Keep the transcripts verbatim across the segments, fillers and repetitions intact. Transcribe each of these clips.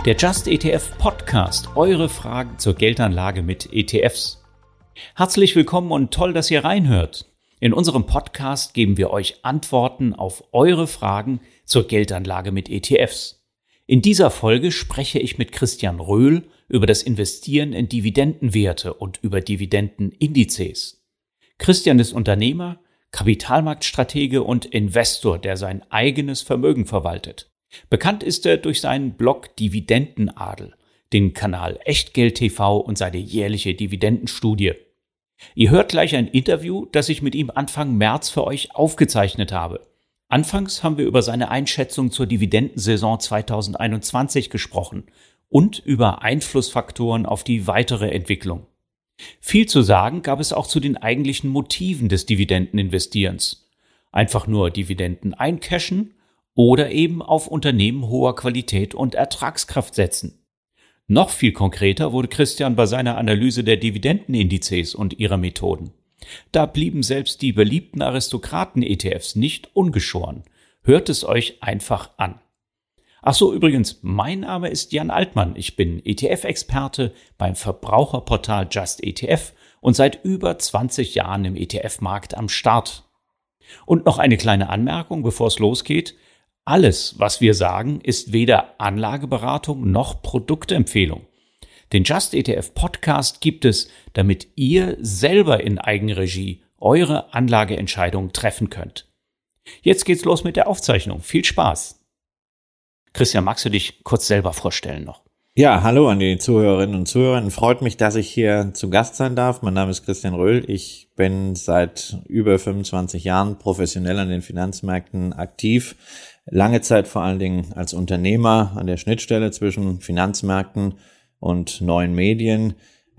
Der Just E T F Podcast, eure Fragen zur Geldanlage mit E T Fs. Herzlich willkommen und toll, dass ihr reinhört. In unserem Podcast geben wir euch Antworten auf eure Fragen zur Geldanlage mit E T Fs. In dieser Folge spreche ich mit Christian Röhl über das Investieren in Dividendenwerte und über Dividendenindizes. Christian ist Unternehmer, Kapitalmarktstratege und Investor, der sein eigenes Vermögen verwaltet. Bekannt ist er durch seinen Blog Dividendenadel, den Kanal Echtgeld T V und seine jährliche Dividendenstudie. Ihr hört gleich ein Interview, das ich mit ihm Anfang März für euch aufgezeichnet habe. Anfangs haben wir über seine Einschätzung zur Dividendensaison zweitausendeinundzwanzig gesprochen und über Einflussfaktoren auf die weitere Entwicklung. Viel zu sagen gab es auch zu den eigentlichen Motiven des Dividendeninvestierens. Einfach nur Dividenden eincashen oder eben auf Unternehmen hoher Qualität und Ertragskraft setzen. Noch viel konkreter wurde Christian bei seiner Analyse der Dividendenindizes und ihrer Methoden. Da blieben selbst die beliebten Aristokraten-E T Fs nicht ungeschoren. Hört es euch einfach an. Ach so, übrigens, mein Name ist Jan Altmann. Ich bin E T F-Experte beim Verbraucherportal Just E T F und seit über zwanzig Jahren im E T F-Markt am Start. Und noch eine kleine Anmerkung, bevor es losgeht. Alles, was wir sagen, ist weder Anlageberatung noch Produktempfehlung. Den Just E T F Podcast gibt es, damit ihr selber in Eigenregie eure Anlageentscheidungen treffen könnt. Jetzt geht's los mit der Aufzeichnung. Viel Spaß! Christian, magst du dich kurz selber vorstellen noch? Ja, hallo an die Zuhörerinnen und Zuhörer. Freut mich, dass ich hier zu Gast sein darf. Mein Name ist Christian Röhl. Ich bin seit über fünfundzwanzig Jahren professionell an den Finanzmärkten aktiv. Lange Zeit vor allen Dingen als Unternehmer an der Schnittstelle zwischen Finanzmärkten und neuen Medien.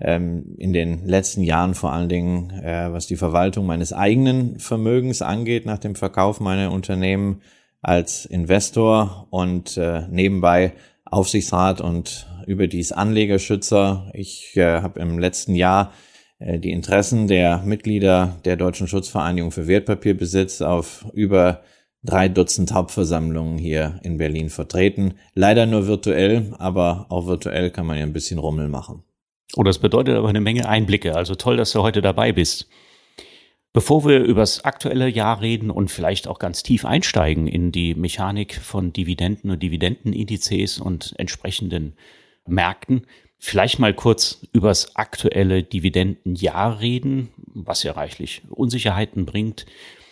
In den letzten Jahren vor allen Dingen, was die Verwaltung meines eigenen Vermögens angeht, nach dem Verkauf meiner Unternehmen als Investor und nebenbei Aufsichtsrat und überdies Anlegerschützer. Ich habe im letzten Jahr die Interessen der Mitglieder der Deutschen Schutzvereinigung für Wertpapierbesitz auf über drei Dutzend Hauptversammlungen hier in Berlin vertreten. Leider nur virtuell, aber auch virtuell kann man ja ein bisschen Rummel machen. Oh, das bedeutet aber eine Menge Einblicke. Also toll, dass du heute dabei bist. Bevor wir über das aktuelle Jahr reden und vielleicht auch ganz tief einsteigen in die Mechanik von Dividenden und Dividendenindizes und entsprechenden Märkten, vielleicht mal kurz über das aktuelle Dividendenjahr reden, was ja reichlich Unsicherheiten bringt.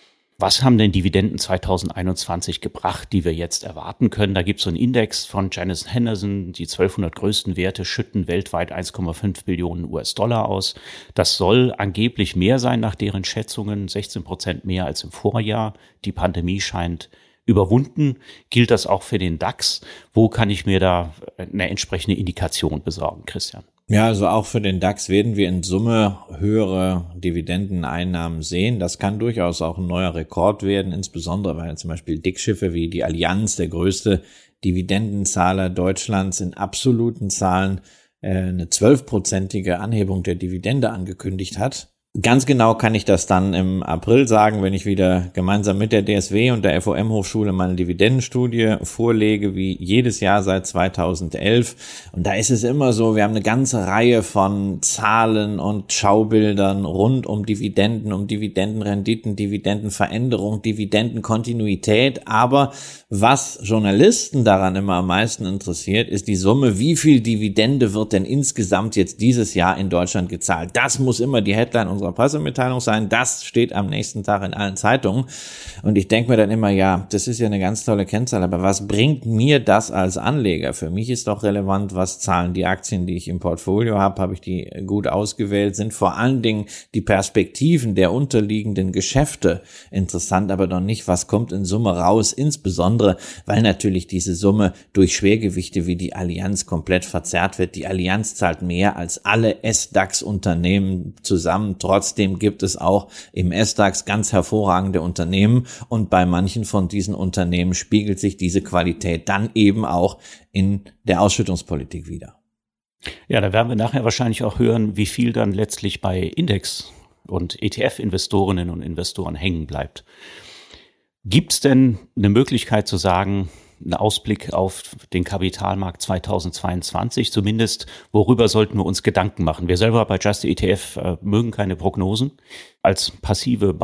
Was haben denn Dividenden zweitausendeinundzwanzig gebracht, die wir jetzt erwarten können? Da gibt es so einen Index von Janus Henderson, die zwölfhundert größten Werte schütten weltweit eins Komma fünf Billionen U S-Dollar aus. Das soll angeblich mehr sein nach deren Schätzungen, sechzehn Prozent mehr als im Vorjahr. Die Pandemie scheint überwunden. Gilt das auch für den DAX? Wo kann ich mir da eine entsprechende Indikation besorgen, Christian? Ja, also auch für den DAX werden wir in Summe höhere Dividendeneinnahmen sehen. Das kann durchaus auch ein neuer Rekord werden, insbesondere weil zum Beispiel Dickschiffe wie die Allianz, der größte Dividendenzahler Deutschlands, in absoluten Zahlen äh, eine zwölfprozentige Anhebung der Dividende angekündigt hat. Ganz genau kann ich das dann im April sagen, wenn ich wieder gemeinsam mit der D S W und der F O M-Hochschule meine Dividendenstudie vorlege, wie jedes Jahr seit zweitausendelf. Und da ist es immer so, wir haben eine ganze Reihe von Zahlen und Schaubildern rund um Dividenden, um Dividendenrenditen, Dividendenveränderung, Dividendenkontinuität. Aber was Journalisten daran immer am meisten interessiert, ist die Summe, wie viel Dividende wird denn insgesamt jetzt dieses Jahr in Deutschland gezahlt. Das muss immer die Headline unserer Pressemitteilung sein. Das steht am nächsten Tag in allen Zeitungen. Und ich denke mir dann immer, ja, das ist ja eine ganz tolle Kennzahl, aber was bringt mir das als Anleger? Für mich ist doch relevant, was zahlen die Aktien, die ich im Portfolio habe, habe ich die gut ausgewählt, sind vor allen Dingen die Perspektiven der unterliegenden Geschäfte interessant, aber doch nicht, was kommt in Summe raus, insbesondere, weil natürlich diese Summe durch Schwergewichte wie die Allianz komplett verzerrt wird. Die Allianz zahlt mehr als alle S DAX-Unternehmen zusammen. Trotzdem gibt es auch im S DAX ganz hervorragende Unternehmen und bei manchen von diesen Unternehmen spiegelt sich diese Qualität dann eben auch in der Ausschüttungspolitik wider. Ja, da werden wir nachher wahrscheinlich auch hören, wie viel dann letztlich bei Index- und E T F-Investorinnen und Investoren hängen bleibt. Gibt es denn eine Möglichkeit zu sagen, ein Ausblick auf den Kapitalmarkt zweitausendzweiundzwanzig. Zumindest, worüber sollten wir uns Gedanken machen? Wir selber bei Just E T F äh, mögen keine Prognosen als passive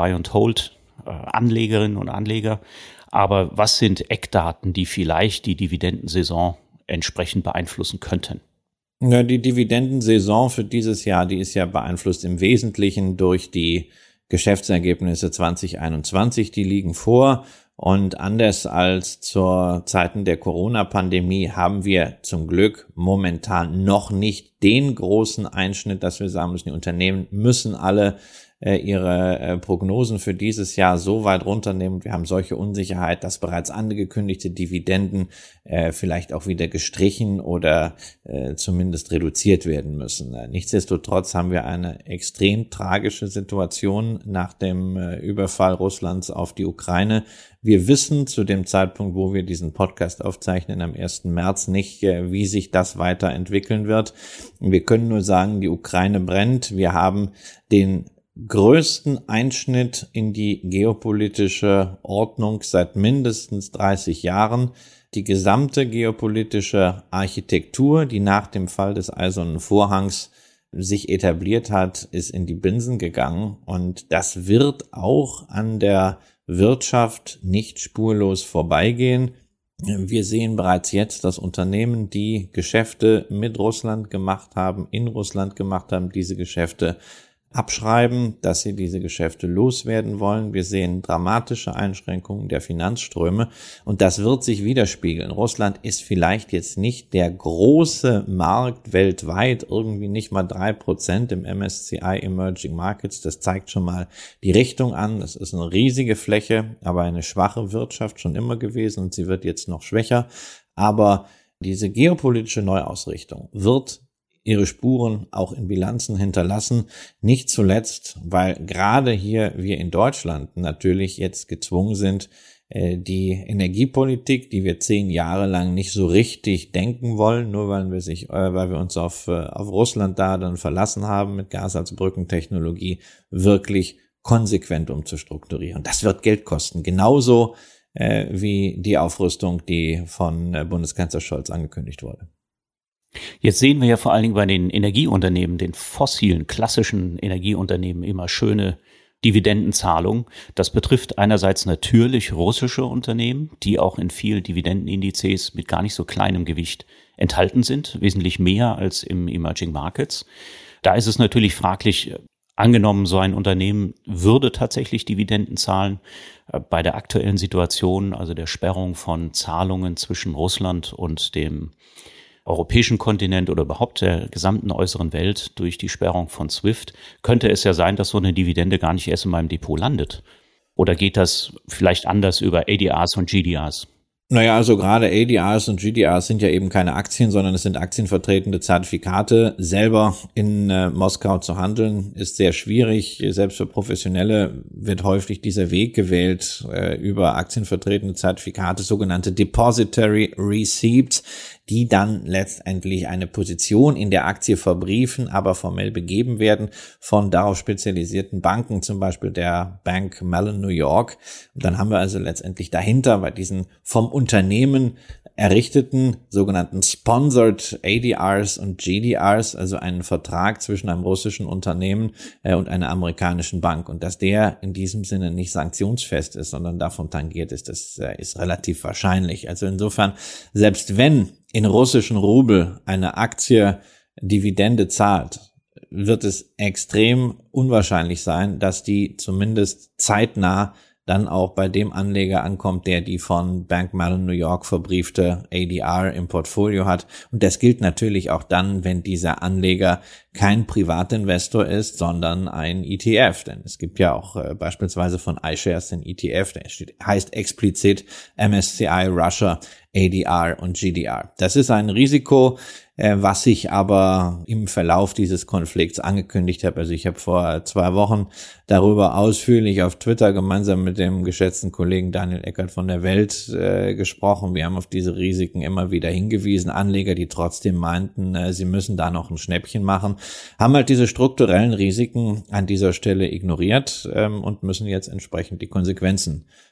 Buy-and-Hold-Anlegerinnen und Anleger. Aber was sind Eckdaten, die vielleicht die Dividendensaison entsprechend beeinflussen könnten? Ja, die Dividendensaison für dieses Jahr, die ist ja beeinflusst im Wesentlichen durch die Geschäftsergebnisse zwanzig einundzwanzig, die liegen vor. Und anders als zur Zeiten der Corona-Pandemie haben wir zum Glück momentan noch nicht den großen Einschnitt, dass wir sagen müssen, die Unternehmen müssen alle äh, ihre äh, Prognosen für dieses Jahr so weit runternehmen. Wir haben solche Unsicherheit, dass bereits angekündigte Dividenden äh, vielleicht auch wieder gestrichen oder äh, zumindest reduziert werden müssen. Nichtsdestotrotz haben wir eine extrem tragische Situation nach dem äh, Überfall Russlands auf die Ukraine. Wir wissen zu dem Zeitpunkt, wo wir diesen Podcast aufzeichnen, am ersten März nicht, wie sich das weiterentwickeln wird. Wir können nur sagen, die Ukraine brennt. Wir haben den größten Einschnitt in die geopolitische Ordnung seit mindestens dreißig Jahren. Die gesamte geopolitische Architektur, die nach dem Fall des Eisernen Vorhangs sich etabliert hat, ist in die Binsen gegangen. Und das wird auch an der Wirtschaft nicht spurlos vorbeigehen. Wir sehen bereits jetzt, dass Unternehmen, die Geschäfte mit Russland gemacht haben, in Russland gemacht haben, diese Geschäfte abschreiben, dass sie diese Geschäfte loswerden wollen. Wir sehen dramatische Einschränkungen der Finanzströme und das wird sich widerspiegeln. Russland ist vielleicht jetzt nicht der große Markt weltweit, irgendwie nicht mal drei Prozent im M S C I Emerging Markets. Das zeigt schon mal die Richtung an. Das ist eine riesige Fläche, aber eine schwache Wirtschaft schon immer gewesen und sie wird jetzt noch schwächer. Aber diese geopolitische Neuausrichtung wird ihre Spuren auch in Bilanzen hinterlassen, nicht zuletzt, weil gerade hier wir in Deutschland natürlich jetzt gezwungen sind, die Energiepolitik, die wir zehn Jahre lang nicht so richtig denken wollen, nur weil wir sich, weil wir uns auf, auf Russland da dann verlassen haben mit Gas als Brückentechnologie, wirklich konsequent umzustrukturieren. Das wird Geld kosten, genauso äh, wie die Aufrüstung, die von Bundeskanzler Scholz angekündigt wurde. Jetzt sehen wir ja vor allen Dingen bei den Energieunternehmen, den fossilen, klassischen Energieunternehmen immer schöne Dividendenzahlungen. Das betrifft einerseits natürlich russische Unternehmen, die auch in vielen Dividendenindizes mit gar nicht so kleinem Gewicht enthalten sind, wesentlich mehr als im Emerging Markets. Da ist es natürlich fraglich, angenommen, so ein Unternehmen würde tatsächlich Dividenden zahlen. Bei der aktuellen Situation, also der Sperrung von Zahlungen zwischen Russland und dem europäischen Kontinent oder überhaupt der gesamten äußeren Welt durch die Sperrung von SWIFT, könnte es ja sein, dass so eine Dividende gar nicht erst in meinem Depot landet. Oder geht das vielleicht anders über A D Rs und G D Rs? Naja, also gerade A D Rs und G D Rs sind ja eben keine Aktien, sondern es sind aktienvertretende Zertifikate. Selber in äh, Moskau zu handeln ist sehr schwierig. Selbst für Professionelle wird häufig dieser Weg gewählt äh, über aktienvertretende Zertifikate, sogenannte Depository Receipts, die dann letztendlich eine Position in der Aktie verbriefen, aber formell begeben werden von darauf spezialisierten Banken, zum Beispiel der Bank Mellon New York. Und dann haben wir also letztendlich dahinter bei diesen vom Unternehmen errichteten sogenannten Sponsored A D Rs und G D Rs, also einen Vertrag zwischen einem russischen Unternehmen äh, und einer amerikanischen Bank. Und dass der in diesem Sinne nicht sanktionsfest ist, sondern davon tangiert ist, das äh, ist relativ wahrscheinlich. Also insofern, selbst wenn in russischen Rubel eine Aktie Dividende zahlt, wird es extrem unwahrscheinlich sein, dass die zumindest zeitnah dann auch bei dem Anleger ankommt, der die von Bank Mellon New York verbriefte A D R im Portfolio hat. Und das gilt natürlich auch dann, wenn dieser Anleger kein Privatinvestor ist, sondern ein E T F. Denn es gibt ja auch äh, beispielsweise von iShares den E T F, der steht, heißt explizit M S C I Russia A D R und G D R. Das ist ein Risiko, äh, was ich aber im Verlauf dieses Konflikts angekündigt habe. Also ich habe vor zwei Wochen darüber ausführlich auf Twitter gemeinsam mit dem geschätzten Kollegen Daniel Eckert von der Welt äh, gesprochen. Wir haben auf diese Risiken immer wieder hingewiesen. Anleger, die trotzdem meinten, äh, sie müssen da noch ein Schnäppchen machen, haben halt diese strukturellen Risiken an dieser Stelle ignoriert ähm, und müssen jetzt entsprechend die Konsequenzen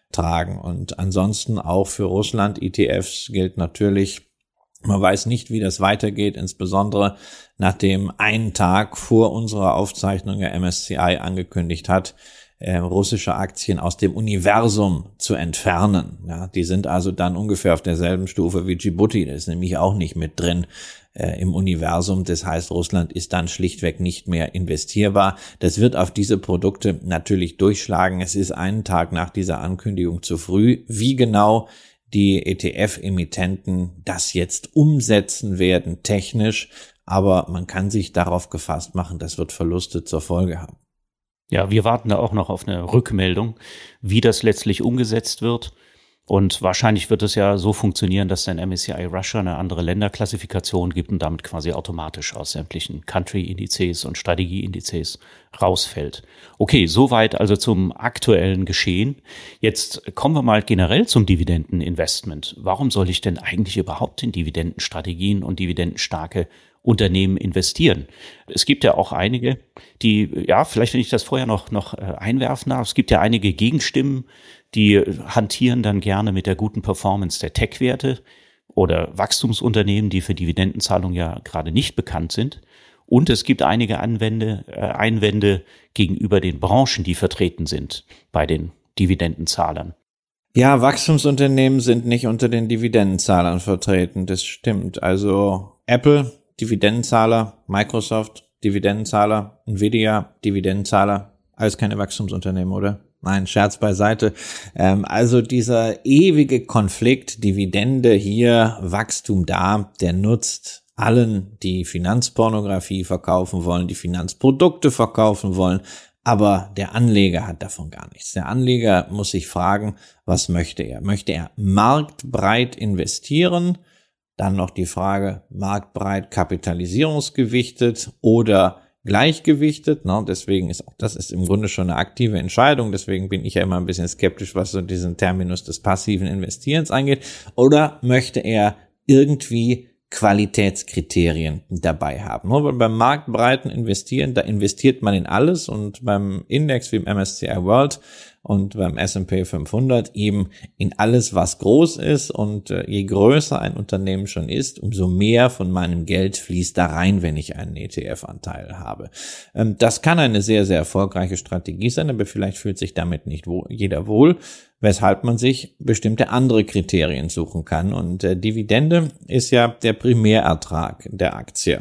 tragen. Und ansonsten auch für Russland-E T Fs gilt natürlich, man weiß nicht, wie das weitergeht, insbesondere nachdem einen Tag vor unserer Aufzeichnung der M S C I angekündigt hat, äh, russische Aktien aus dem Universum zu entfernen. Ja, die sind also dann ungefähr auf derselben Stufe wie Djibouti, das ist nämlich auch nicht mit drin äh, im Universum. Das heißt, Russland ist dann schlichtweg nicht mehr investierbar. Das wird auf diese Produkte natürlich durchschlagen. Es ist einen Tag nach dieser Ankündigung zu früh. Wie genau die E T F-Emittenten das jetzt umsetzen werden, technisch, aber man kann sich darauf gefasst machen, das wird Verluste zur Folge haben. Ja, wir warten da auch noch auf eine Rückmeldung, wie das letztlich umgesetzt wird. Und wahrscheinlich wird es ja so funktionieren, dass dann M S C I Russia eine andere Länderklassifikation gibt und damit quasi automatisch aus sämtlichen Country-Indizes und Strategie-Indizes rausfällt. Okay, soweit also zum aktuellen Geschehen. Jetzt kommen wir mal generell zum Dividendeninvestment. Warum soll ich denn eigentlich überhaupt in Dividendenstrategien und dividendenstarke Unternehmen investieren? Es gibt ja auch einige, die, ja, vielleicht wenn ich das vorher noch, noch einwerfen darf, es gibt ja einige Gegenstimmen, die hantieren dann gerne mit der guten Performance der Tech-Werte oder Wachstumsunternehmen, die für Dividendenzahlung ja gerade nicht bekannt sind. Und es gibt einige Anwände, äh, Einwände gegenüber den Branchen, die vertreten sind bei den Dividendenzahlern. Ja, Wachstumsunternehmen sind nicht unter den Dividendenzahlern vertreten, das stimmt. Also Apple, Dividendenzahler, Microsoft, Dividendenzahler, Nvidia, Dividendenzahler, alles keine Wachstumsunternehmen, oder? Nein, Scherz beiseite. Ähm, also dieser ewige Konflikt, Dividende hier, Wachstum da, der nutzt allen, die Finanzpornografie verkaufen wollen, die Finanzprodukte verkaufen wollen, aber der Anleger hat davon gar nichts. Der Anleger muss sich fragen, was möchte er? Möchte er marktbreit investieren? Dann noch die Frage, marktbreit kapitalisierungsgewichtet oder gleichgewichtet, ne? Deswegen ist auch das ist im Grunde schon eine aktive Entscheidung. Deswegen bin ich ja immer ein bisschen skeptisch, was so diesen Terminus des passiven Investierens angeht. Oder möchte er irgendwie Qualitätskriterien dabei haben? Weil beim marktbreiten Investieren, da investiert man in alles und beim Index wie im M S C I World und beim S and P fünfhundert eben in alles, was groß ist, und äh, je größer ein Unternehmen schon ist, umso mehr von meinem Geld fließt da rein, wenn ich einen E T F-Anteil habe. Ähm, das kann eine sehr, sehr erfolgreiche Strategie sein, aber vielleicht fühlt sich damit nicht wo- jeder wohl, weshalb man sich bestimmte andere Kriterien suchen kann. Und äh, Dividende ist ja der Primärertrag der Aktie.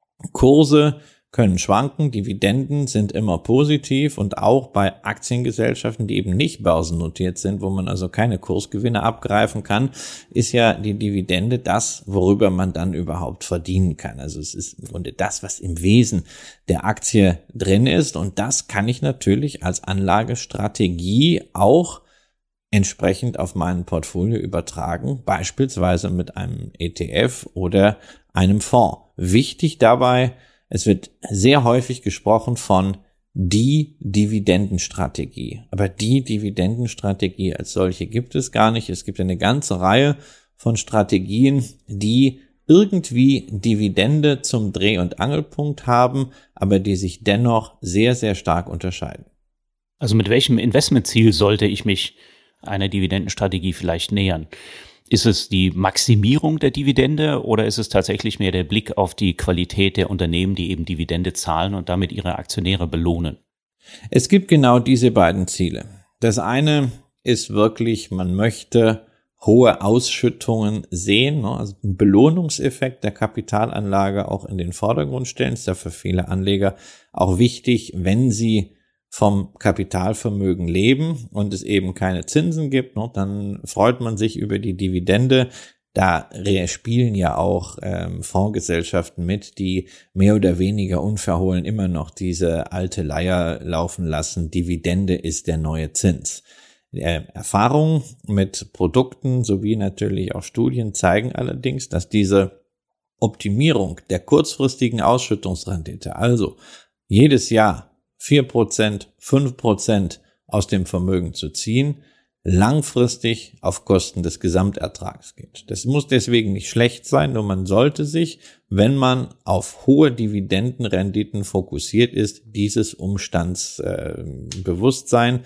Kurse können schwanken, Dividenden sind immer positiv, und auch bei Aktiengesellschaften, die eben nicht börsennotiert sind, wo man also keine Kursgewinne abgreifen kann, ist ja die Dividende das, worüber man dann überhaupt verdienen kann. Also es ist im Grunde das, was im Wesen der Aktie drin ist, und das kann ich natürlich als Anlagestrategie auch entsprechend auf mein Portfolio übertragen, beispielsweise mit einem E T F oder einem Fonds. Wichtig dabei: Es wird sehr häufig gesprochen von die Dividendenstrategie. Aber die Dividendenstrategie als solche gibt es gar nicht. Es gibt eine ganze Reihe von Strategien, die irgendwie Dividende zum Dreh- und Angelpunkt haben, aber die sich dennoch sehr, sehr stark unterscheiden. Also mit welchem Investmentziel sollte ich mich einer Dividendenstrategie vielleicht nähern? Ist es die Maximierung der Dividende oder ist es tatsächlich mehr der Blick auf die Qualität der Unternehmen, die eben Dividende zahlen und damit ihre Aktionäre belohnen? Es gibt genau diese beiden Ziele. Das eine ist wirklich, man möchte hohe Ausschüttungen sehen, also einen Belohnungseffekt der Kapitalanlage auch in den Vordergrund stellen. Das ist ja für viele Anleger auch wichtig, wenn sie vom Kapitalvermögen leben und es eben keine Zinsen gibt, ne, dann freut man sich über die Dividende. Da spielen ja auch ähm, Fondsgesellschaften mit, die mehr oder weniger unverhohlen immer noch diese alte Leier laufen lassen: Dividende ist der neue Zins. Äh, Erfahrungen mit Produkten sowie natürlich auch Studien zeigen allerdings, dass diese Optimierung der kurzfristigen Ausschüttungsrendite, also jedes Jahr vier Prozent, fünf Prozent aus dem Vermögen zu ziehen, langfristig auf Kosten des Gesamtertrags geht. Das muss deswegen nicht schlecht sein, nur man sollte sich, wenn man auf hohe Dividendenrenditen fokussiert ist, dieses Umstands äh, bewusst sein.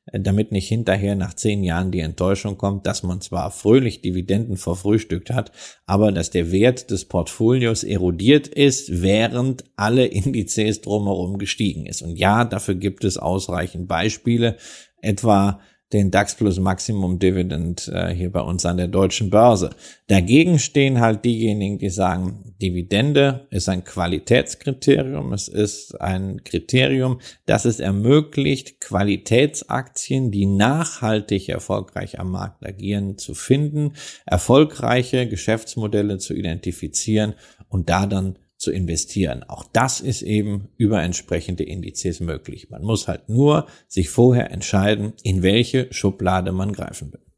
damit nicht hinterher nach zehn Jahren die Enttäuschung kommt, dass man zwar fröhlich Dividenden verfrühstückt hat, aber dass der Wert des Portfolios erodiert ist, während alle Indizes drumherum gestiegen ist. Und ja, dafür gibt es ausreichend Beispiele, etwa den DAX plus Maximum Dividend äh, hier bei uns an der deutschen Börse. Dagegen stehen halt diejenigen, die sagen, Dividende ist ein Qualitätskriterium, es ist ein Kriterium, das es ermöglicht, Qualitätsaktien, die nachhaltig erfolgreich am Markt agieren, zu finden, erfolgreiche Geschäftsmodelle zu identifizieren und da dann zu investieren. Auch das ist eben über entsprechende Indizes möglich. Man muss halt nur sich vorher entscheiden, in welche Schublade man greifen will.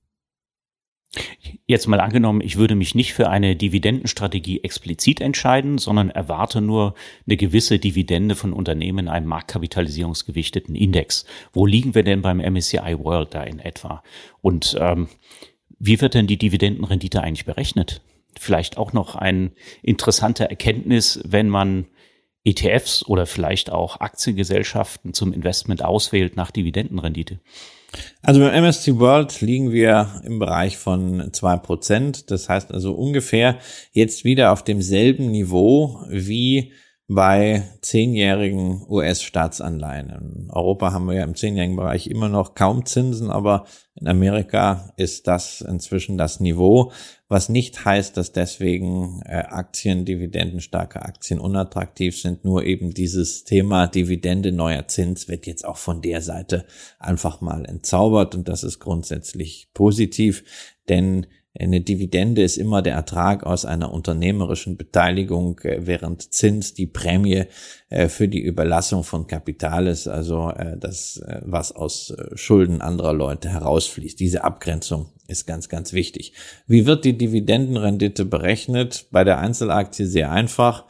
Jetzt mal angenommen, ich würde mich nicht für eine Dividendenstrategie explizit entscheiden, sondern erwarte nur eine gewisse Dividende von Unternehmen in einem marktkapitalisierungsgewichteten Index. Wo liegen wir denn beim M S C I World da in etwa? Und ähm, wie wird denn die Dividendenrendite eigentlich berechnet? Vielleicht auch noch eine interessante Erkenntnis, wenn man E T Fs oder vielleicht auch Aktiengesellschaften zum Investment auswählt nach Dividendenrendite. Also beim M S C I World liegen wir im Bereich von zwei Prozent. Das heißt also ungefähr jetzt wieder auf demselben Niveau wie bei zehnjährigen U S-Staatsanleihen. In Europa haben wir ja im zehnjährigen Bereich immer noch kaum Zinsen, aber in Amerika ist das inzwischen das Niveau, was nicht heißt, dass deswegen äh, Aktien, dividendenstarke Aktien unattraktiv sind, nur eben dieses Thema Dividende, neuer Zins wird jetzt auch von der Seite einfach mal entzaubert und das ist grundsätzlich positiv, denn eine Dividende ist immer der Ertrag aus einer unternehmerischen Beteiligung, während Zins die Prämie für die Überlassung von Kapital ist, also das, was aus Schulden anderer Leute herausfließt. Diese Abgrenzung ist ganz, ganz wichtig. Wie wird die Dividendenrendite berechnet? Bei der Einzelaktie sehr einfach.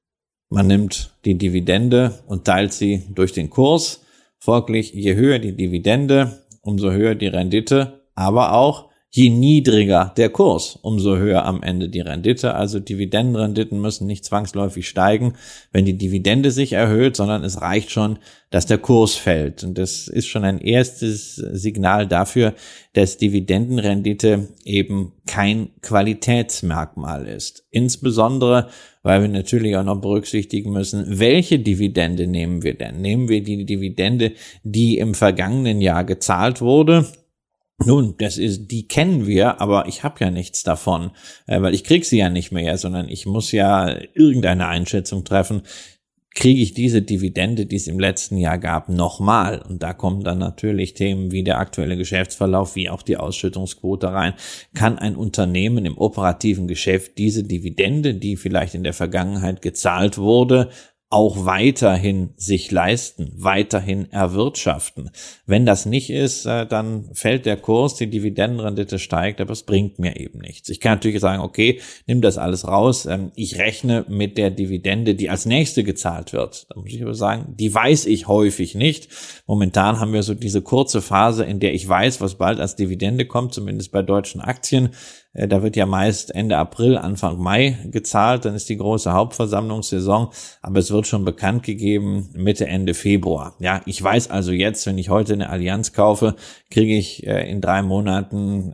Man nimmt die Dividende und teilt sie durch den Kurs. Folglich, je höher die Dividende, umso höher die Rendite, aber auch je niedriger der Kurs, umso höher am Ende die Rendite. Also Dividendenrenditen müssen nicht zwangsläufig steigen, wenn die Dividende sich erhöht, sondern es reicht schon, dass der Kurs fällt. Und das ist schon ein erstes Signal dafür, dass Dividendenrendite eben kein Qualitätsmerkmal ist. Insbesondere, weil wir natürlich auch noch berücksichtigen müssen, welche Dividende nehmen wir denn? Nehmen wir die Dividende, die im vergangenen Jahr gezahlt wurde? Nun, das ist, die kennen wir, aber ich habe ja nichts davon, weil ich krieg sie ja nicht mehr, sondern ich muss ja irgendeine Einschätzung treffen. Kriege ich diese Dividende, die es im letzten Jahr gab, nochmal? Und da kommen dann natürlich Themen wie der aktuelle Geschäftsverlauf, wie auch die Ausschüttungsquote rein. Kann ein Unternehmen im operativen Geschäft diese Dividende, die vielleicht in der Vergangenheit gezahlt wurde, auch weiterhin sich leisten, weiterhin erwirtschaften. Wenn das nicht ist, dann fällt der Kurs, die Dividendenrendite steigt, aber es bringt mir eben nichts. Ich kann natürlich sagen, okay, nimm das alles raus, ich rechne mit der Dividende, die als nächste gezahlt wird. Da muss ich aber sagen, die weiß ich häufig nicht. Momentan haben wir so diese kurze Phase, in der ich weiß, was bald als Dividende kommt, zumindest bei deutschen Aktien. Da wird ja meist Ende April, Anfang Mai gezahlt, dann ist die große Hauptversammlungssaison, aber es wird schon bekannt gegeben Mitte, Ende Februar. Ja, ich weiß also jetzt, wenn ich heute eine Allianz kaufe, kriege ich in drei Monaten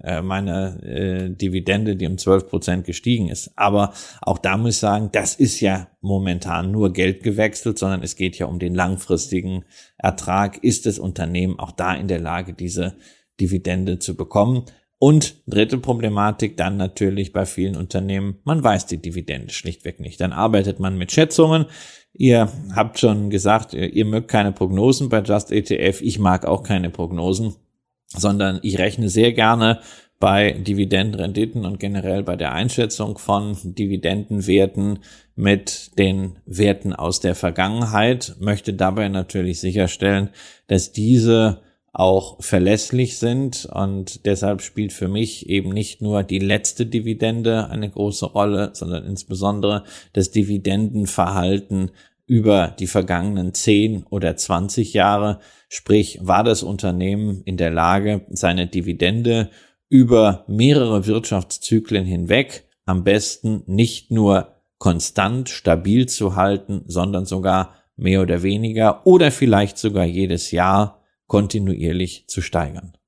meine Dividende, die um zwölf Prozent gestiegen ist. Aber auch da muss ich sagen, das ist ja momentan nur Geld gewechselt, sondern es geht ja um den langfristigen Ertrag. Ist das Unternehmen auch da in der Lage, diese Dividende zu bekommen? Und dritte Problematik dann natürlich bei vielen Unternehmen, man weiß die Dividende schlichtweg nicht. Dann arbeitet man mit Schätzungen. Ihr habt schon gesagt, ihr mögt keine Prognosen bei Just E T F. Ich mag auch keine Prognosen, sondern ich rechne sehr gerne bei Dividendenrenditen und generell bei der Einschätzung von Dividendenwerten mit den Werten aus der Vergangenheit, möchte dabei natürlich sicherstellen, dass diese auch verlässlich sind und deshalb spielt für mich eben nicht nur die letzte Dividende eine große Rolle, sondern insbesondere das Dividendenverhalten über die vergangenen zehn oder zwanzig Jahre. Sprich, war das Unternehmen in der Lage, seine Dividende über mehrere Wirtschaftszyklen hinweg am besten nicht nur konstant, stabil zu halten, sondern sogar mehr oder weniger oder vielleicht sogar jedes Jahr kontinuierlich zu steigern.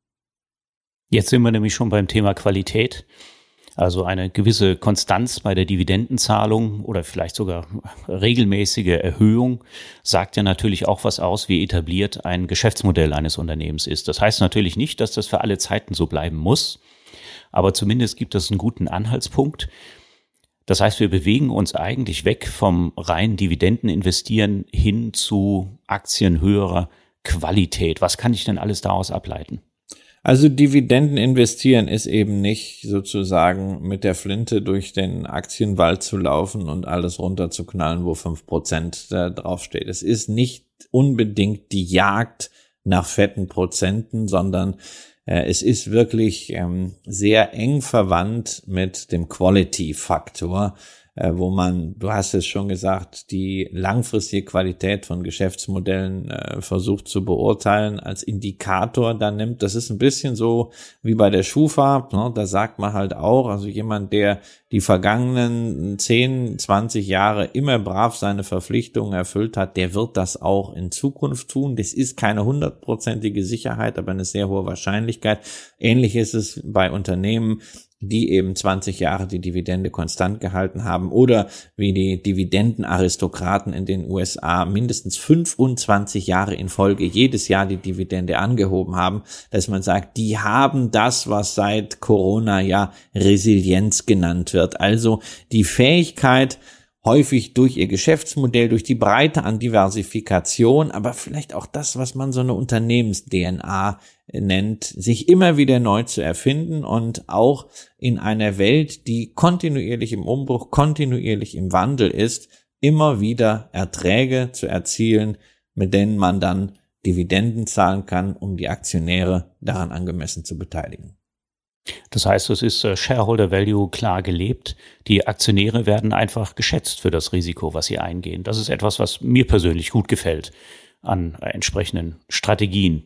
Jetzt sind wir nämlich schon beim Thema Qualität. Also eine gewisse Konstanz bei der Dividendenzahlung oder vielleicht sogar regelmäßige Erhöhung sagt ja natürlich auch was aus, wie etabliert ein Geschäftsmodell eines Unternehmens ist. Das heißt natürlich nicht, dass das für alle Zeiten so bleiben muss, aber zumindest gibt es einen guten Anhaltspunkt. Das heißt, wir bewegen uns eigentlich weg vom reinen Dividendeninvestieren hin zu Aktien höherer Qualität. Was kann ich denn alles daraus ableiten? Also Dividenden investieren ist eben nicht sozusagen mit der Flinte durch den Aktienwald zu laufen und alles runterzuknallen, wo fünf Prozent äh, draufsteht. Es ist nicht unbedingt die Jagd nach fetten Prozenten, sondern äh, es ist wirklich ähm, sehr eng verwandt mit dem Quality-Faktor, wo man, du hast es schon gesagt, die langfristige Qualität von Geschäftsmodellen äh, versucht zu beurteilen, als Indikator dann nimmt. Das ist ein bisschen so wie bei der Schufa, ne? Da sagt man halt auch, also jemand, der die vergangenen zehn, zwanzig Jahre immer brav seine Verpflichtungen erfüllt hat, der wird das auch in Zukunft tun. Das ist keine hundertprozentige Sicherheit, aber eine sehr hohe Wahrscheinlichkeit. Ähnlich ist es bei Unternehmen, die eben zwanzig Jahre die Dividende konstant gehalten haben oder wie die Dividendenaristokraten in den U S A mindestens fünfundzwanzig Jahre in Folge jedes Jahr die Dividende angehoben haben, dass man sagt, die haben das, was seit Corona ja Resilienz genannt wird. Also die Fähigkeit, häufig durch ihr Geschäftsmodell, durch die Breite an Diversifikation, aber vielleicht auch das, was man so eine Unternehmens-D N A nennt, sich immer wieder neu zu erfinden und auch in einer Welt, die kontinuierlich im Umbruch, kontinuierlich im Wandel ist, immer wieder Erträge zu erzielen, mit denen man dann Dividenden zahlen kann, um die Aktionäre daran angemessen zu beteiligen. Das heißt, es ist Shareholder Value klar gelebt. Die Aktionäre werden einfach geschätzt für das Risiko, was sie eingehen. Das ist etwas, was mir persönlich gut gefällt an entsprechenden Strategien.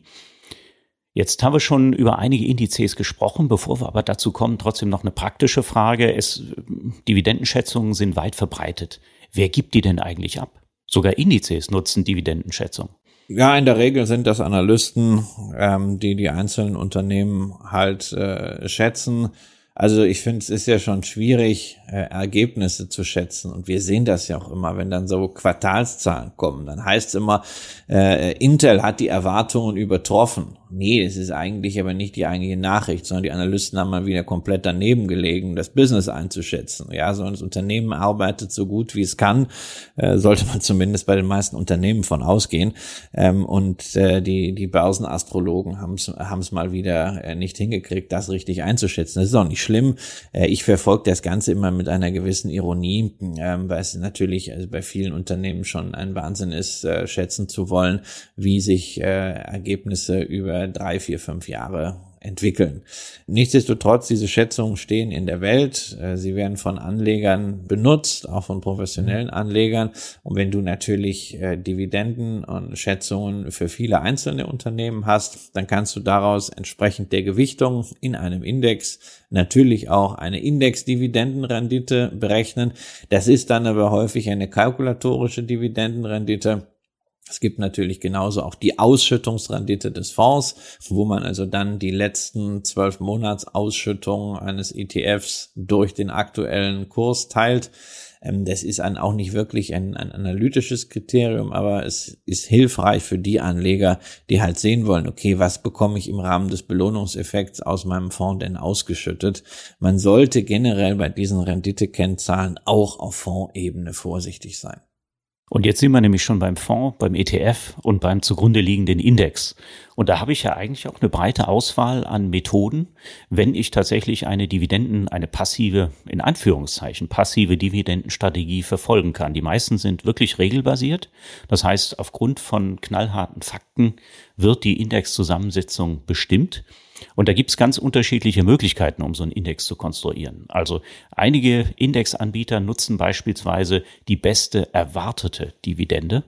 Jetzt haben wir schon über einige Indizes gesprochen. Bevor wir aber dazu kommen, trotzdem noch eine praktische Frage. Es, Dividendenschätzungen sind weit verbreitet. Wer gibt die denn eigentlich ab? Sogar Indizes nutzen Dividendenschätzungen. Ja, in der Regel sind das Analysten, ähm, die die einzelnen Unternehmen halt äh, schätzen. Also ich finde, es ist ja schon schwierig, äh, Ergebnisse zu schätzen. Und wir sehen das ja auch immer, wenn dann so Quartalszahlen kommen. Dann heißt es immer, äh, Intel hat die Erwartungen übertroffen. Nee, das ist eigentlich aber nicht die eigentliche Nachricht, sondern die Analysten haben mal wieder komplett daneben gelegen, das Business einzuschätzen. Ja, so ein Unternehmen arbeitet so gut, wie es kann, äh, sollte man zumindest bei den meisten Unternehmen von ausgehen. Ähm, und äh, die die Börsenastrologen haben es haben es mal wieder äh, nicht hingekriegt, das richtig einzuschätzen. Das ist auch nicht schlimm. Äh, ich verfolge das Ganze immer mit einer gewissen Ironie, äh, weil es natürlich also bei vielen Unternehmen schon ein Wahnsinn ist, äh, schätzen zu wollen, wie sich äh, Ergebnisse über drei, vier, fünf Jahre entwickeln. Nichtsdestotrotz, diese Schätzungen stehen in der Welt. Sie werden von Anlegern benutzt, auch von professionellen Anlegern. Und wenn du natürlich äh, Dividenden und Schätzungen für viele einzelne Unternehmen hast, dann kannst du daraus entsprechend der Gewichtung in einem Index natürlich auch eine Index-Dividendenrendite berechnen. Das ist dann aber häufig eine kalkulatorische Dividendenrendite. Es gibt natürlich genauso auch die Ausschüttungsrendite des Fonds, wo man also dann die letzten zwölf Monatsausschüttungen eines E T Fs durch den aktuellen Kurs teilt. Das ist ein, auch nicht wirklich ein, ein analytisches Kriterium, aber es ist hilfreich für die Anleger, die halt sehen wollen, okay, was bekomme ich im Rahmen des Belohnungseffekts aus meinem Fonds denn ausgeschüttet? Man sollte generell bei diesen Renditekennzahlen auch auf Fondsebene vorsichtig sein. Und jetzt sind wir nämlich schon beim Fonds, beim E T F und beim zugrunde liegenden Index. Und da habe ich ja eigentlich auch eine breite Auswahl an Methoden, wenn ich tatsächlich eine Dividenden, eine passive, in Anführungszeichen, passive Dividendenstrategie verfolgen kann. Die meisten sind wirklich regelbasiert. Das heißt, aufgrund von knallharten Fakten wird die Indexzusammensetzung bestimmt. Und da gibt es ganz unterschiedliche Möglichkeiten, um so einen Index zu konstruieren. Also einige Indexanbieter nutzen beispielsweise die beste erwartete Dividende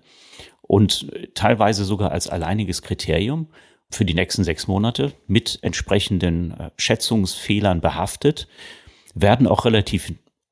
und teilweise sogar als alleiniges Kriterium für die nächsten sechs Monate mit entsprechenden Schätzungsfehlern behaftet, werden auch relativ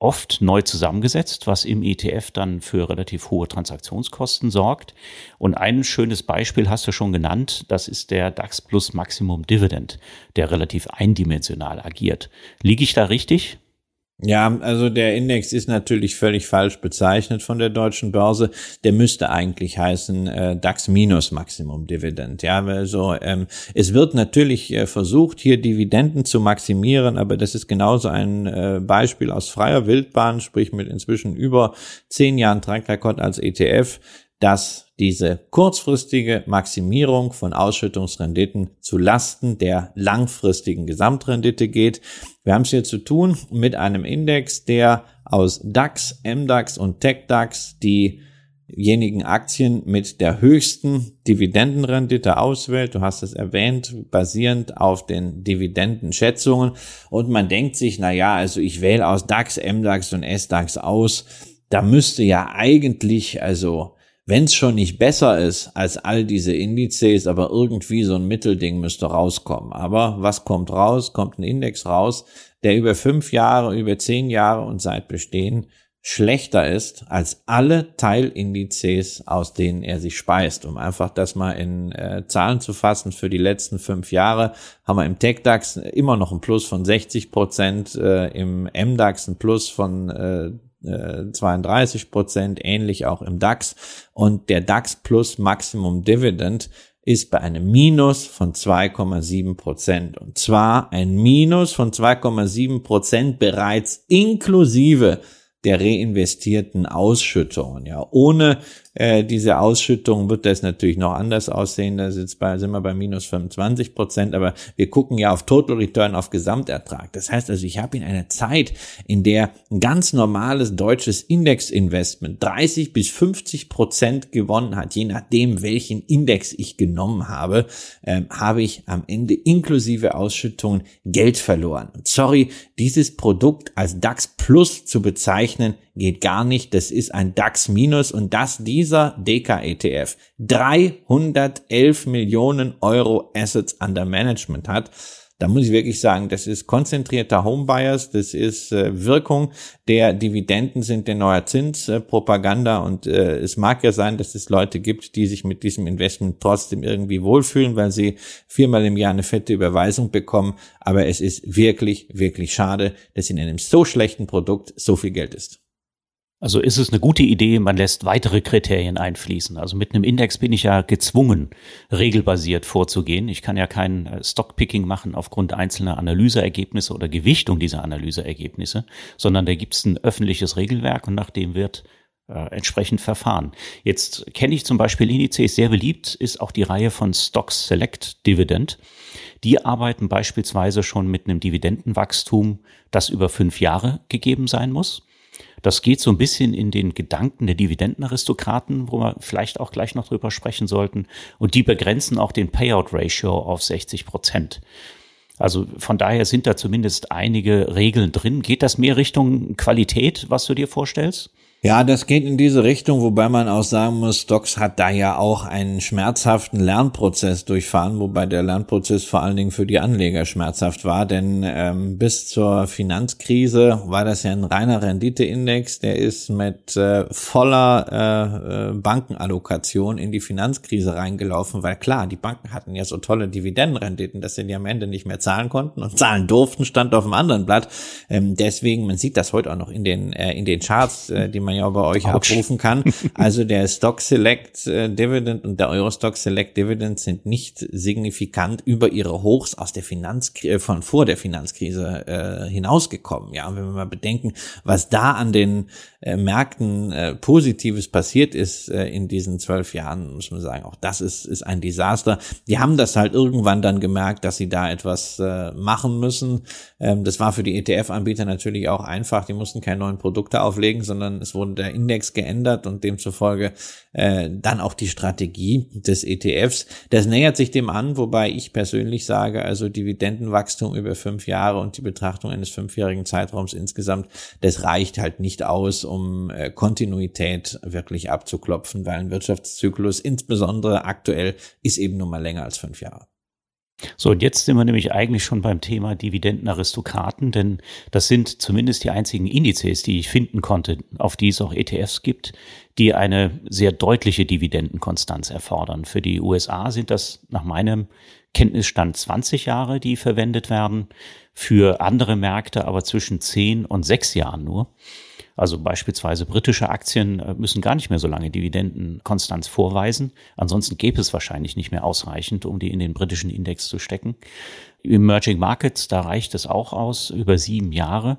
oft neu zusammengesetzt, was im E T F dann für relativ hohe Transaktionskosten sorgt. Und ein schönes Beispiel hast du schon genannt, das ist der DAX Plus Maximum Dividend, der relativ eindimensional agiert. Liege ich da richtig? Ja, also der Index ist natürlich völlig falsch bezeichnet von der deutschen Börse. Der müsste eigentlich heißen äh, DAX minus Maximum Dividend. Ja, also ähm, es wird natürlich äh, versucht, hier Dividenden zu maximieren, aber das ist genauso ein äh, Beispiel aus freier Wildbahn, sprich mit inzwischen über zehn Jahren Track Record als E T F, dass diese kurzfristige Maximierung von Ausschüttungsrenditen zu Lasten der langfristigen Gesamtrendite geht. Wir haben es hier zu tun mit einem Index, der aus DAX, M DAX und TechDAX diejenigen Aktien mit der höchsten Dividendenrendite auswählt. Du hast es erwähnt, basierend auf den Dividendenschätzungen. Und man denkt sich, na ja, also ich wähle aus DAX, M DAX und S DAX aus. Da müsste ja eigentlich, also wenn es schon nicht besser ist als all diese Indizes, aber irgendwie so ein Mittelding müsste rauskommen. Aber was kommt raus? Kommt ein Index raus, der über fünf Jahre, über zehn Jahre und seit Bestehen schlechter ist als alle Teilindizes, aus denen er sich speist. Um einfach das mal in äh, Zahlen zu fassen, für die letzten fünf Jahre haben wir im TechDAX immer noch ein Plus von sechzig Prozent, äh, im M DAX ein Plus von äh, zweiunddreißig Prozent, ähnlich auch im DAX. Und der DAX Plus Maximum Dividend ist bei einem Minus von zwei Komma sieben Prozent. Und zwar ein Minus von zwei Komma sieben Prozent bereits inklusive der reinvestierten Ausschüttungen. Ja, ohne äh, diese Ausschüttung wird das natürlich noch anders aussehen. Da sind, bei, sind wir bei minus fünfundzwanzig Prozent, aber wir gucken ja auf Total Return, auf Gesamtertrag. Das heißt also, ich habe in einer Zeit, in der ein ganz normales deutsches Indexinvestment dreißig bis fünfzig Prozent gewonnen hat, je nachdem, welchen Index ich genommen habe, äh, habe ich am Ende inklusive Ausschüttungen Geld verloren. Und sorry, dieses Produkt als DAX Plus zu bezeichnen, geht gar nicht. Das ist ein DAX Minus, und dass dieser D K-E T F dreihundertelf Millionen Euro Assets under Management hat, da muss ich wirklich sagen, das ist konzentrierter Homebias, das ist äh, Wirkung der Dividenden sind der neue Zinspropaganda, äh, und äh, es mag ja sein, dass es Leute gibt, die sich mit diesem Investment trotzdem irgendwie wohlfühlen, weil sie viermal im Jahr eine fette Überweisung bekommen, aber es ist wirklich, wirklich schade, dass in einem so schlechten Produkt so viel Geld ist. Also ist es eine gute Idee, man lässt weitere Kriterien einfließen. Also mit einem Index bin ich ja gezwungen, regelbasiert vorzugehen. Ich kann ja kein Stockpicking machen aufgrund einzelner Analyseergebnisse oder Gewichtung dieser Analyseergebnisse, sondern da gibt es ein öffentliches Regelwerk, und nach dem wird äh, entsprechend verfahren. Jetzt kenne ich zum Beispiel Indizes, sehr beliebt ist auch die Reihe von Stocks Select Dividend. Die arbeiten beispielsweise schon mit einem Dividendenwachstum, das über fünf Jahre gegeben sein muss. Das geht so ein bisschen in den Gedanken der Dividendenaristokraten, wo wir vielleicht auch gleich noch drüber sprechen sollten. Und die begrenzen auch den Payout-Ratio auf sechzig Prozent. Also von daher sind da zumindest einige Regeln drin. Geht das mehr Richtung Qualität, was du dir vorstellst? Ja, das geht in diese Richtung, wobei man auch sagen muss, Stocks hat da ja auch einen schmerzhaften Lernprozess durchfahren, wobei der Lernprozess vor allen Dingen für die Anleger schmerzhaft war, denn ähm, bis zur Finanzkrise war das ja ein reiner Renditeindex, der ist mit äh, voller äh, Bankenallokation in die Finanzkrise reingelaufen, weil klar, die Banken hatten ja so tolle Dividendenrenditen, dass sie die am Ende nicht mehr zahlen konnten und zahlen durften, stand auf dem anderen Blatt. Ähm, deswegen, man sieht das heute auch noch in den äh, in den Charts, äh, die man ja bei euch Ouch. abrufen kann. Also der Stock Select äh, Dividend und der Euro Stock Select Dividend sind nicht signifikant über ihre Hochs aus der Finanzkrise, äh, von vor der Finanzkrise äh, hinausgekommen. Ja, und wenn wir mal bedenken, was da an den äh, Märkten äh, Positives passiert ist äh, in diesen zwölf Jahren, muss man sagen, auch das ist ist ein Desaster. Die haben das halt irgendwann dann gemerkt, dass sie da etwas äh, machen müssen. Ähm, das war für die E T F-Anbieter natürlich auch einfach. Die mussten keine neuen Produkte auflegen, sondern es wurde der Index geändert und demzufolge äh, dann auch die Strategie des E T Fs. Das nähert sich dem an, wobei ich persönlich sage, also Dividendenwachstum über fünf Jahre und die Betrachtung eines fünfjährigen Zeitraums insgesamt, das reicht halt nicht aus, um äh, Kontinuität wirklich abzuklopfen, weil ein Wirtschaftszyklus insbesondere aktuell ist eben nun mal länger als fünf Jahre. So, und jetzt sind wir nämlich eigentlich schon beim Thema Dividendenaristokraten, denn das sind zumindest die einzigen Indizes, die ich finden konnte, auf die es auch E T Fs gibt, die eine sehr deutliche Dividendenkonstanz erfordern. Für die U S A sind das nach meinem Kenntnisstand zwanzig Jahre, die verwendet werden, für andere Märkte aber zwischen zehn und sechs Jahren nur. Also beispielsweise britische Aktien müssen gar nicht mehr so lange Dividendenkonstanz vorweisen. Ansonsten gäbe es wahrscheinlich nicht mehr ausreichend, um die in den britischen Index zu stecken. Emerging Markets, da reicht es auch aus, über sieben Jahre.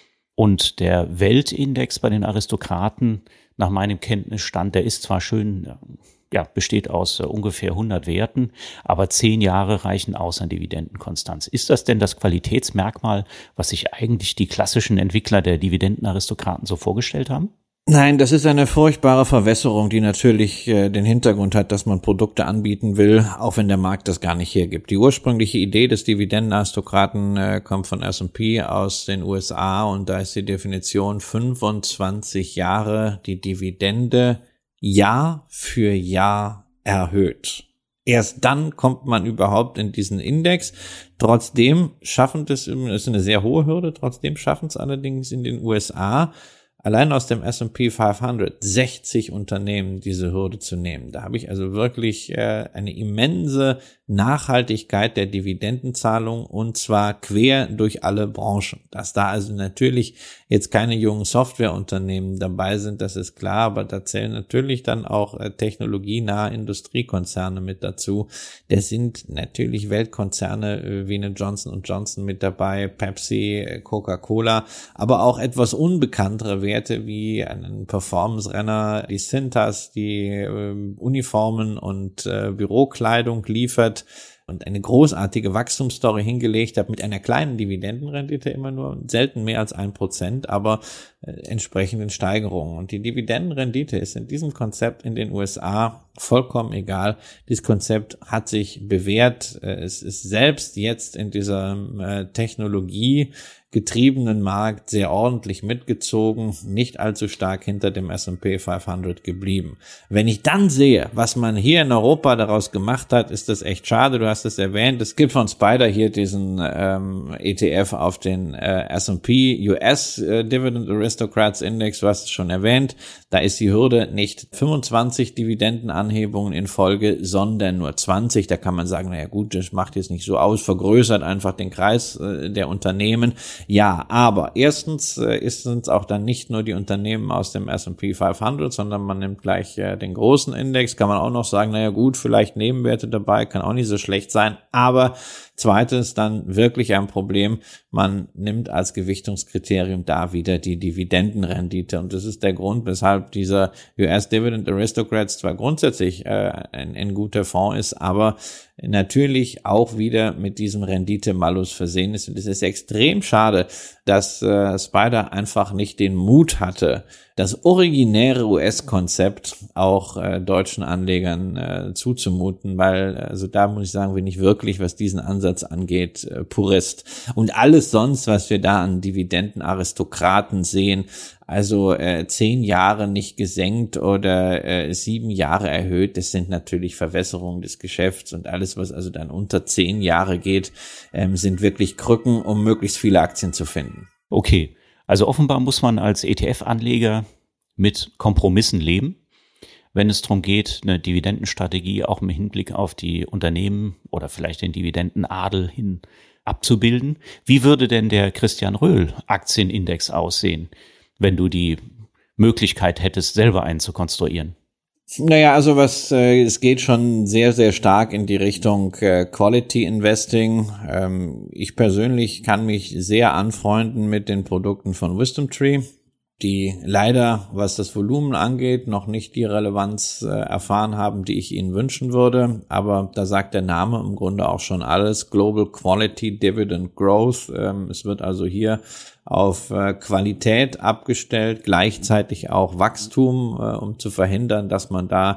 Und der Weltindex bei den Aristokraten, nach meinem Kenntnisstand, der ist zwar schön, ja, besteht aus ungefähr hundert Werten, aber zehn Jahre reichen aus an Dividendenkonstanz. Ist das denn das Qualitätsmerkmal, was sich eigentlich die klassischen Entwickler der Dividendenaristokraten so vorgestellt haben? Nein, das ist eine furchtbare Verwässerung, die natürlich äh, den Hintergrund hat, dass man Produkte anbieten will, auch wenn der Markt das gar nicht hergibt. Die ursprüngliche Idee des Dividendenaristokraten äh, kommt von S und P aus den U S A und da ist die Definition fünfundzwanzig Jahre die Dividende Jahr für Jahr erhöht. Erst dann kommt man überhaupt in diesen Index. Trotzdem schaffen das, das ist eine sehr hohe Hürde, trotzdem schaffen es allerdings in den U S A allein aus dem S und P fünfhundert sechzig Unternehmen diese Hürde zu nehmen. Da habe ich also wirklich äh, eine immense Nachhaltigkeit der Dividendenzahlung und zwar quer durch alle Branchen. Dass da also natürlich jetzt keine jungen Softwareunternehmen dabei sind, das ist klar, aber da zählen natürlich dann auch äh, technologienahe Industriekonzerne mit dazu. Da sind natürlich Weltkonzerne äh, wie eine Johnson und Johnson mit dabei, Pepsi, äh, Coca-Cola, aber auch etwas unbekanntere Werte wie einen Performance-Renner, die Cintas, die äh, Uniformen und äh, Bürokleidung liefert und eine großartige Wachstumsstory hingelegt hat mit einer kleinen Dividendenrendite, immer nur selten mehr als ein Prozent, aber äh, entsprechenden Steigerungen. Und die Dividendenrendite ist in diesem Konzept in den U S A vollkommen egal. Dieses Konzept hat sich bewährt. Es ist selbst jetzt in dieser äh, Technologie getriebenen Markt sehr ordentlich mitgezogen, nicht allzu stark hinter dem S und P fünfhundert geblieben. Wenn ich dann sehe, was man hier in Europa daraus gemacht hat, ist das echt schade. Du hast es erwähnt, es gibt von Spider hier diesen ähm, E T F auf den äh, S und P U S äh, Dividend Aristocrats Index, du hast es schon erwähnt. Da ist die Hürde nicht fünfundzwanzig Dividendenanhebungen in Folge, sondern nur zwanzig. Da kann man sagen, naja gut, das macht jetzt nicht so aus, vergrößert einfach den Kreis äh, der Unternehmen. Ja, aber erstens äh, ist es auch dann nicht nur die Unternehmen aus dem S und P fünfhundert, sondern man nimmt gleich äh, den großen Index, kann man auch noch sagen, naja gut, vielleicht Nebenwerte dabei, kann auch nicht so schlecht sein, aber zweites dann wirklich ein Problem, man nimmt als Gewichtungskriterium da wieder die Dividendenrendite und das ist der Grund, weshalb dieser U S Dividend Aristocrats zwar grundsätzlich äh, ein, ein guter Fonds ist, aber natürlich auch wieder mit diesem Rendite-Malus versehen ist und es ist extrem schade, dass äh, Spider einfach nicht den Mut hatte, das originäre U S-Konzept auch äh, deutschen Anlegern äh, zuzumuten, weil also da muss ich sagen, bin ich wirklich, was diesen Ansatz angeht, äh, Purist. Und alles sonst, was wir da an Dividendenaristokraten sehen, also äh, zehn Jahre nicht gesenkt oder äh, sieben Jahre erhöht, das sind natürlich Verwässerungen des Geschäfts und alles, was also dann unter zehn Jahre geht, ähm, sind wirklich Krücken, um möglichst viele Aktien zu finden. Okay, also offenbar muss man als E T F-Anleger mit Kompromissen leben, wenn es darum geht, eine Dividendenstrategie auch im Hinblick auf die Unternehmen oder vielleicht den Dividendenadel hin abzubilden. Wie würde denn der Christian Röhl Aktienindex aussehen, wenn du die Möglichkeit hättest, selber einen zu konstruieren? Naja, also was, äh, es geht schon sehr, sehr stark in die Richtung äh, Quality Investing. Ähm, ich persönlich kann mich sehr anfreunden mit den Produkten von WisdomTree, die leider, was das Volumen angeht, noch nicht die Relevanz äh, erfahren haben, die ich ihnen wünschen würde. Aber da sagt der Name im Grunde auch schon alles. Global Quality Dividend Growth. Ähm, es wird also hier auf äh, Qualität abgestellt, gleichzeitig auch Wachstum, äh, um zu verhindern, dass man da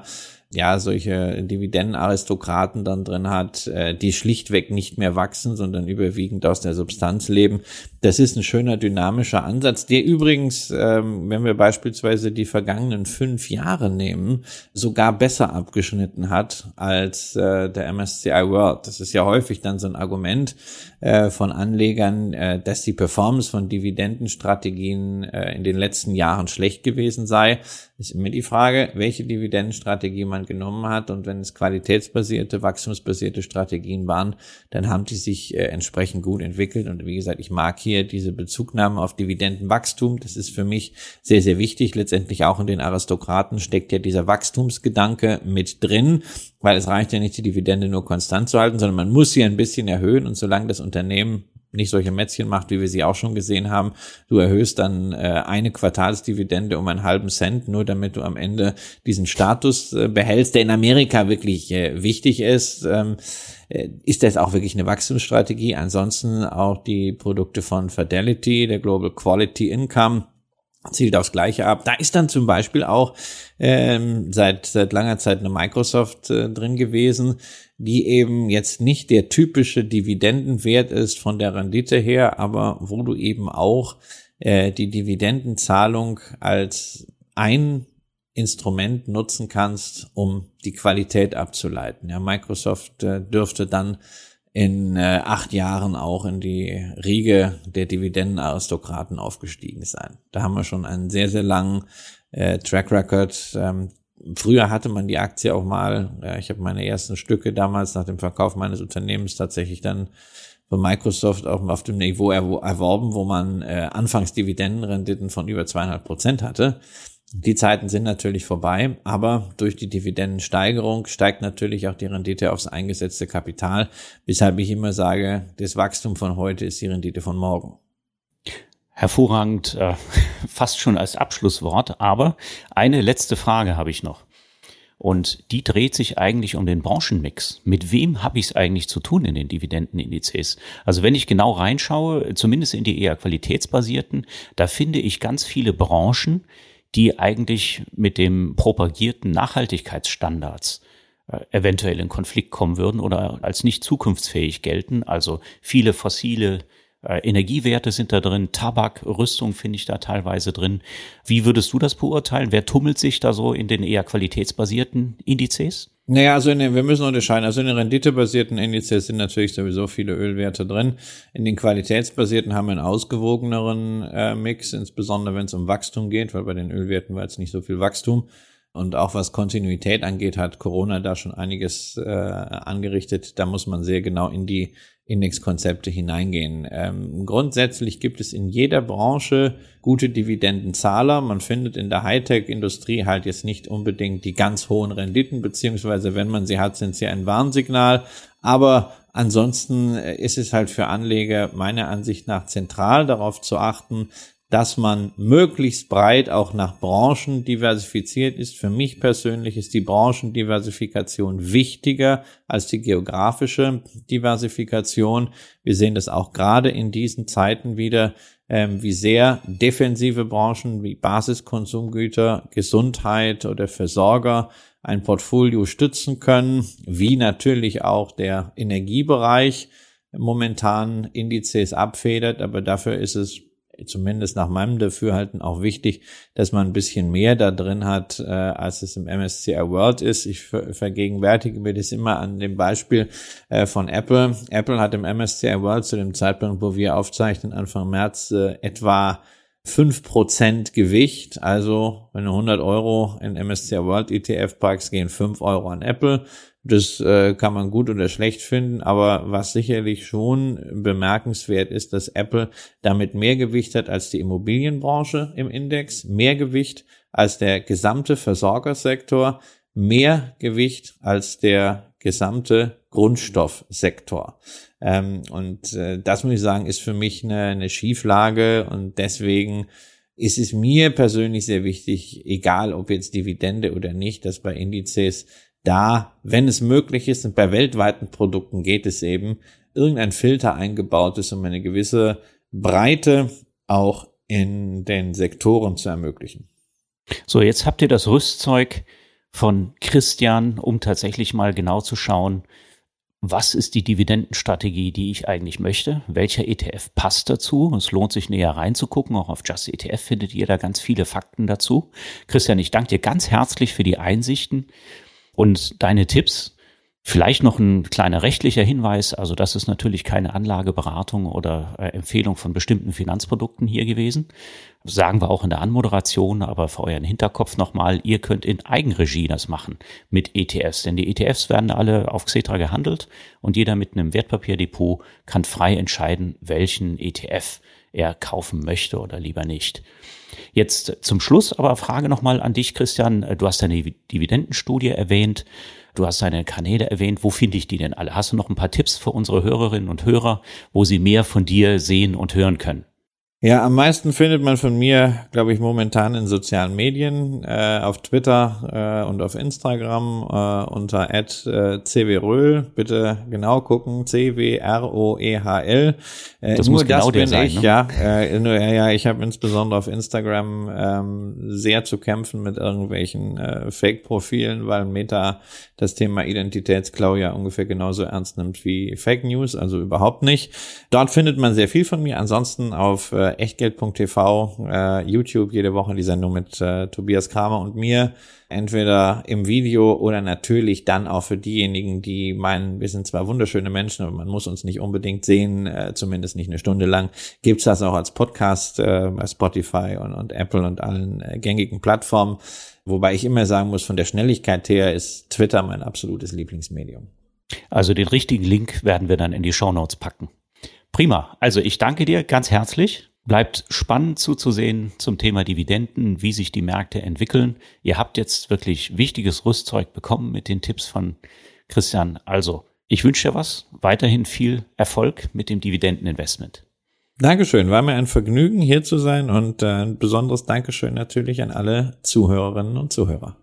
ja, solche Dividendenaristokraten dann drin hat, äh, die schlichtweg nicht mehr wachsen, sondern überwiegend aus der Substanz leben. Das ist ein schöner, dynamischer Ansatz, der übrigens, ähm, wenn wir beispielsweise die vergangenen fünf Jahre nehmen, sogar besser abgeschnitten hat als äh, der M S C I World. Das ist ja häufig dann so ein Argument äh, von Anlegern, äh, dass die Performance von Dividendenstrategien äh, in den letzten Jahren schlecht gewesen sei. Ist immer die Frage, welche Dividendenstrategie man genommen hat, und wenn es qualitätsbasierte, wachstumsbasierte Strategien waren, dann haben die sich äh, entsprechend gut entwickelt. Und wie gesagt, ich mag hier diese Bezugnahme auf Dividendenwachstum. Das ist für mich sehr, sehr wichtig. Letztendlich auch in den Aristokraten steckt ja dieser Wachstumsgedanke mit drin, weil es reicht ja nicht, die Dividende nur konstant zu halten, sondern man muss sie ein bisschen erhöhen, und solange das Unternehmen nicht solche Mätzchen macht, wie wir sie auch schon gesehen haben, du erhöhst dann äh, eine Quartalsdividende um einen halben Cent, nur damit du am Ende diesen Status äh, behältst, der in Amerika wirklich äh, wichtig ist, ähm, äh, ist das auch wirklich eine Wachstumsstrategie. Ansonsten auch die Produkte von Fidelity, der Global Quality Income, zielt aufs Gleiche ab. Da ist dann zum Beispiel auch ähm, seit seit langer Zeit eine Microsoft äh, drin gewesen, die eben jetzt nicht der typische Dividendenwert ist von der Rendite her, aber wo du eben auch äh, die Dividendenzahlung als ein Instrument nutzen kannst, um die Qualität abzuleiten. Ja, Microsoft äh, dürfte dann in äh, acht Jahren auch in die Riege der Dividendenaristokraten aufgestiegen sein. Da haben wir schon einen sehr, sehr langen äh, Track Record. Ähm, früher hatte man die Aktie auch mal, ja, ich habe meine ersten Stücke damals nach dem Verkauf meines Unternehmens tatsächlich dann von Microsoft auch auf dem Niveau erworben, wo man äh, anfangs Dividendenrenditen von über zweieinhalb Prozent hatte. Die Zeiten sind natürlich vorbei, aber durch die Dividendensteigerung steigt natürlich auch die Rendite aufs eingesetzte Kapital, weshalb ich immer sage, das Wachstum von heute ist die Rendite von morgen. Hervorragend, äh, fast schon als Abschlusswort, aber eine letzte Frage habe ich noch. Und die dreht sich eigentlich um den Branchenmix. Mit wem habe ich es eigentlich zu tun in den Dividendenindizes? Also wenn ich genau reinschaue, zumindest in die eher qualitätsbasierten, da finde ich ganz viele Branchen, die eigentlich mit dem propagierten Nachhaltigkeitsstandards äh, eventuell in Konflikt kommen würden oder als nicht zukunftsfähig gelten. Also viele fossile äh, Energiewerte sind da drin, Tabak, Rüstung finde ich da teilweise drin. Wie würdest du das beurteilen? Wer tummelt sich da so in den eher qualitätsbasierten Indizes? Naja, also in den, wir müssen unterscheiden. Also in den renditebasierten Indizes sind natürlich sowieso viele Ölwerte drin. In den qualitätsbasierten haben wir einen ausgewogeneren äh, Mix, insbesondere wenn es um Wachstum geht, weil bei den Ölwerten war jetzt nicht so viel Wachstum. Und auch was Kontinuität angeht, hat Corona da schon einiges äh, angerichtet. Da muss man sehr genau in die Indexkonzepte hineingehen. Ähm, grundsätzlich gibt es in jeder Branche gute Dividendenzahler. Man findet in der Hightech-Industrie halt jetzt nicht unbedingt die ganz hohen Renditen, beziehungsweise wenn man sie hat, sind sie ein Warnsignal. Aber ansonsten ist es halt für Anleger meiner Ansicht nach zentral, darauf zu achten, dass man möglichst breit auch nach Branchen diversifiziert ist. Für mich persönlich ist die Branchendiversifikation wichtiger als die geografische Diversifikation. Wir sehen das auch gerade in diesen Zeiten wieder, ähm, wie sehr defensive Branchen wie Basiskonsumgüter, Gesundheit oder Versorger ein Portfolio stützen können, wie natürlich auch der Energiebereich momentan Indizes abfedert, aber dafür ist es zumindest nach meinem Dafürhalten auch wichtig, dass man ein bisschen mehr da drin hat, äh, als es im M S C I World ist. Ich ver- vergegenwärtige mir das immer an dem Beispiel äh, von Apple. Apple hat im M S C I World zu dem Zeitpunkt, wo wir aufzeichnen, Anfang März, äh, etwa fünf Prozent Gewicht. Also wenn du hundert Euro in M S C I World E T F packst, gehen fünf Euro an Apple. Das äh, kann man gut oder schlecht finden, aber was sicherlich schon bemerkenswert ist, dass Apple damit mehr Gewicht hat als die Immobilienbranche im Index, mehr Gewicht als der gesamte Versorgersektor, mehr Gewicht als der gesamte Grundstoffsektor. Ähm, und äh, das muss ich sagen, ist für mich eine, eine Schieflage, und deswegen ist es mir persönlich sehr wichtig, egal ob jetzt Dividende oder nicht, dass bei Indizes da, wenn es möglich ist, und bei weltweiten Produkten geht es eben, irgendein Filter eingebaut ist, um eine gewisse Breite auch in den Sektoren zu ermöglichen. So, jetzt habt ihr das Rüstzeug von Christian, um tatsächlich mal genau zu schauen, was ist die Dividendenstrategie, die ich eigentlich möchte? Welcher E T F passt dazu? Es lohnt sich näher reinzugucken. Auch auf Just E T F findet ihr da ganz viele Fakten dazu. Christian, ich danke dir ganz herzlich für die Einsichten und deine Tipps. Vielleicht noch ein kleiner rechtlicher Hinweis. Also das ist natürlich keine Anlageberatung oder äh, Empfehlung von bestimmten Finanzprodukten hier gewesen. Das sagen wir auch in der Anmoderation, aber für euren Hinterkopf nochmal, ihr könnt in Eigenregie das machen mit E T Fs. Denn die E T Fs werden alle auf Xetra gehandelt und jeder mit einem Wertpapierdepot kann frei entscheiden, welchen E T F er kaufen möchte oder lieber nicht. Jetzt zum Schluss aber Frage nochmal an dich, Christian. Du hast deine Dividendenstudie erwähnt. Du hast deine Kanäle erwähnt. Wo finde ich die denn alle? Hast du noch ein paar Tipps für unsere Hörerinnen und Hörer, wo sie mehr von dir sehen und hören können? Ja, am meisten findet man von mir, glaube ich, momentan in sozialen Medien, äh, auf Twitter äh, und auf Instagram äh, unter at äh, c w röhl. Bitte genau gucken, C W R O E H L. Äh, das nur muss genau das bin der sein, ich, ne? ja. Äh, nur, ja, ja, ich habe insbesondere auf Instagram ähm, sehr zu kämpfen mit irgendwelchen äh, Fake-Profilen, weil Meta das Thema Identitätsklau ja ungefähr genauso ernst nimmt wie Fake News, also überhaupt nicht. Dort findet man sehr viel von mir. Ansonsten auf äh, echtgeld punkt t v, äh, YouTube jede Woche die Sendung mit äh, Tobias Kramer und mir, entweder im Video oder natürlich dann auch für diejenigen, die meinen, wir sind zwar wunderschöne Menschen, aber man muss uns nicht unbedingt sehen, äh, zumindest nicht eine Stunde lang, gibt's das auch als Podcast äh, bei Spotify und, und Apple und allen äh, gängigen Plattformen, wobei ich immer sagen muss, von der Schnelligkeit her ist Twitter mein absolutes Lieblingsmedium. Also den richtigen Link werden wir dann in die Shownotes packen. Prima, also ich danke dir ganz herzlich. Bleibt spannend zuzusehen zum Thema Dividenden, wie sich die Märkte entwickeln. Ihr habt jetzt wirklich wichtiges Rüstzeug bekommen mit den Tipps von Christian. Also, ich wünsche dir was, weiterhin viel Erfolg mit dem Dividendeninvestment. Dankeschön, war mir ein Vergnügen, hier zu sein und ein besonderes Dankeschön natürlich an alle Zuhörerinnen und Zuhörer.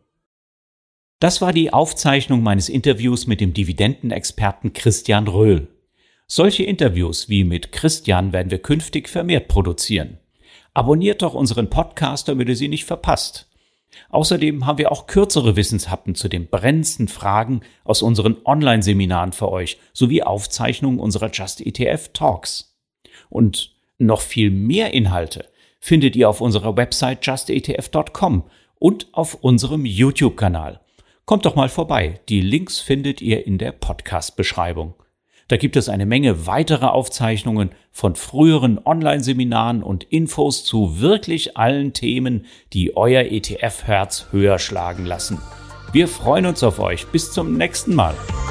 Das war die Aufzeichnung meines Interviews mit dem Dividendenexperten Christian Röhl. Solche Interviews wie mit Christian werden wir künftig vermehrt produzieren. Abonniert doch unseren Podcast, damit ihr sie nicht verpasst. Außerdem haben wir auch kürzere Wissenshappen zu den brennendsten Fragen aus unseren Online-Seminaren für euch, sowie Aufzeichnungen unserer Just E T F Talks. Und noch viel mehr Inhalte findet ihr auf unserer Website just e t f dot com und auf unserem YouTube-Kanal. Kommt doch mal vorbei, die Links findet ihr in der Podcast-Beschreibung. Da gibt es eine Menge weiterer Aufzeichnungen von früheren Online-Seminaren und Infos zu wirklich allen Themen, die euer E T F-Herz höher schlagen lassen. Wir freuen uns auf euch. Bis zum nächsten Mal.